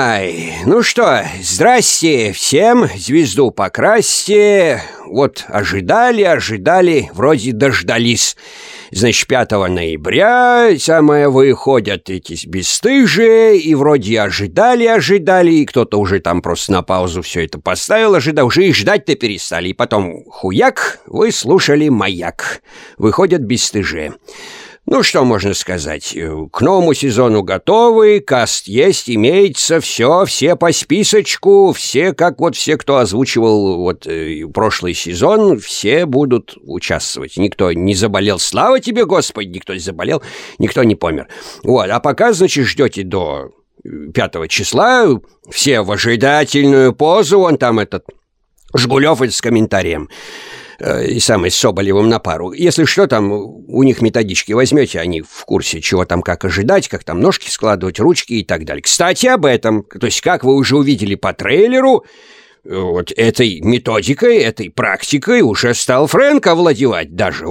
Ай, ну что, здрасте всем, звезду покрасьте. Вот ожидали, вроде дождались. Значит, 5 ноября выходят эти бесстыжие, и вроде ожидали, и кто-то уже там просто на паузу все это поставил, уже и ждать-то перестали. И потом хуяк, вы слушали «Маяк». Выходят бесстыжие. Ну, что можно сказать? К новому сезону готовы, каст есть, имеется, все по списочку, все, кто озвучивал прошлый сезон, все будут участвовать. Никто не заболел, слава тебе, Господи, никто не заболел, никто не помер. А пока, значит, ждете до 5 числа, все в ожидательную позу, вон там этот Жгулев с комментарием. И с Соболевым на пару. Если что, там у них методички возьмете, они в курсе, чего там, как ожидать, как там ножки складывать, ручки и так далее. Кстати, об этом. То есть, как вы уже увидели по трейлеру, вот этой методикой, этой практикой уже стал Фрэнк овладевать даже.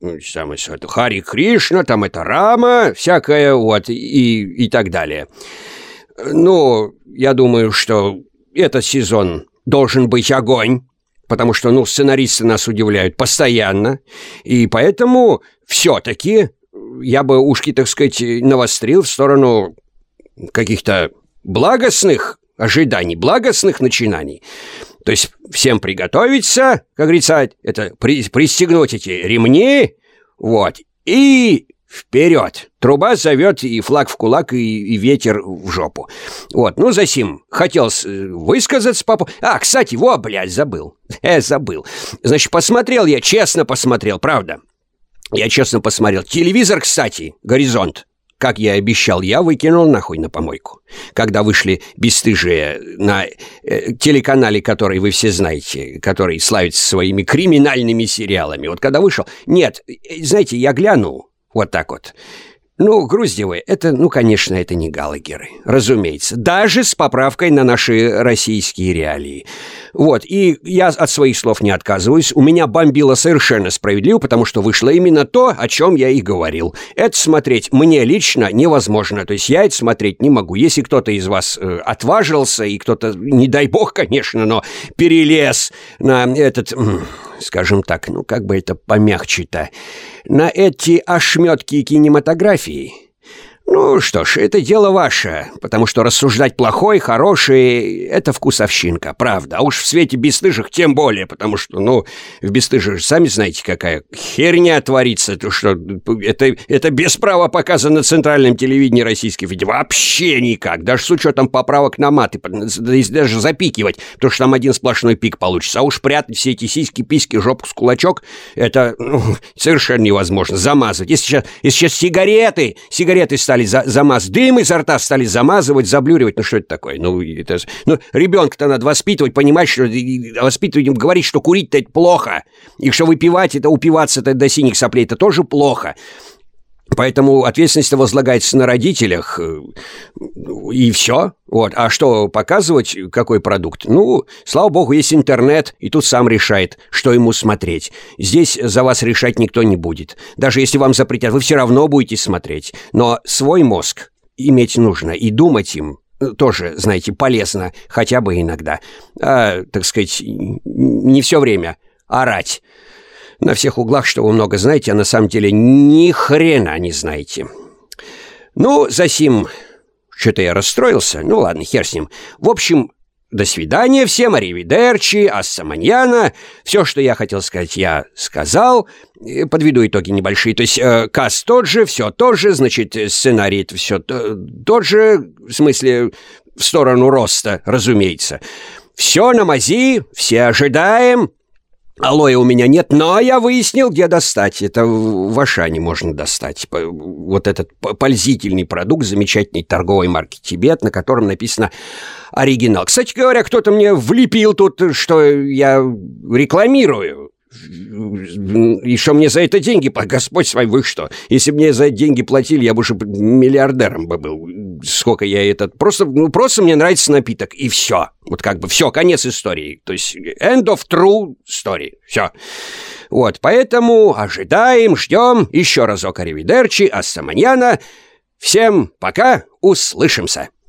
Хари Кришна, там это Рама, всякое, и так далее. Ну, я думаю, что этот сезон должен быть огонь. Потому что, сценаристы нас удивляют постоянно, и поэтому все-таки я бы ушки, так сказать, навострил в сторону каких-то благостных ожиданий, благостных начинаний. То есть всем приготовиться, как говорится, это пристегнуть эти ремни, и вперед! Труба зовет, и флаг в кулак, и ветер в жопу. Засим хотел высказаться по... кстати, забыл. Забыл. Значит, честно посмотрел, правда. Я честно посмотрел. Телевизор, кстати, «Горизонт», как я и обещал, я выкинул нахуй на помойку. Когда вышли бесстыжие на телеканале, который вы все знаете, который славится своими криминальными сериалами. Когда вышел... Нет, знаете, я глянул. Вот так вот. Груздевые, это, конечно, это не Галагеры, разумеется. Даже с поправкой на наши российские реалии. И я от своих слов не отказываюсь. У меня бомбило совершенно справедливо, потому что вышло именно то, о чем я и говорил. Это смотреть мне лично невозможно. То есть я это смотреть не могу. Если кто-то из вас отважился, и кто-то, не дай бог, конечно, но перелез на этот... скажем так, как бы это помягче-то, на эти ошметки кинематографии. Что ж, это дело ваше, потому что рассуждать плохой, хороший – это вкусовщинка, правда. А уж в свете бесстыжих тем более, потому что, в бесстыжих сами знаете, какая херня творится, то что это без права показано на центральном телевидении российском, ведь вообще никак, даже с учетом поправок на мат, даже запикивать, потому что там один сплошной пик получится. А уж прятать все эти сиськи, письки, жопу с кулачок – это совершенно невозможно. Замазывать. Если сейчас сигареты стали замазывать, дым изо рта стали замазывать, заблюривать, что это такое? Ребенка-то надо воспитывать, понимать, что воспитывать им, говорить, что курить-то это плохо, и что выпивать это, упиваться-то до синих соплей, это тоже плохо. Поэтому ответственность возлагается на родителях, и все. А что показывать, какой продукт? Слава богу, есть интернет, и тут сам решает, что ему смотреть. Здесь за вас решать никто не будет. Даже если вам запретят, вы все равно будете смотреть. Но свой мозг иметь нужно, и думать им тоже, знаете, полезно, хотя бы иногда. Так сказать, не все время орать на всех углах, что вы много знаете, а на самом деле ни хрена не знаете. Засим, что-то я расстроился. Ладно, хер с ним. В общем, до свидания всем, аривидерчи, асса маньяна. Все, что я хотел сказать, я сказал. Подведу итоги небольшие. То есть каст тот же, все тот же, значит, сценарий все тот же, в смысле, в сторону роста, разумеется. Все на мази, все ожидаем. Алоэ у меня нет, но я выяснил, где достать. Это в Ашане можно достать. Вот этот пользительный продукт замечательной торговой марки «Тибет», на котором написано «Оригинал». Кстати говоря, кто-то мне влепил тут, что я рекламирую. И что мне за это деньги платят? Господь с вами, вы что? Если бы мне за это деньги платили, я бы уже миллиардером бы был. Сколько я этот... Просто мне нравится напиток, и все. Все, конец истории. То есть end of true story. Все. Поэтому ожидаем, ждем. Еще разок аривидерчи, асса маньяна. Всем пока, услышимся.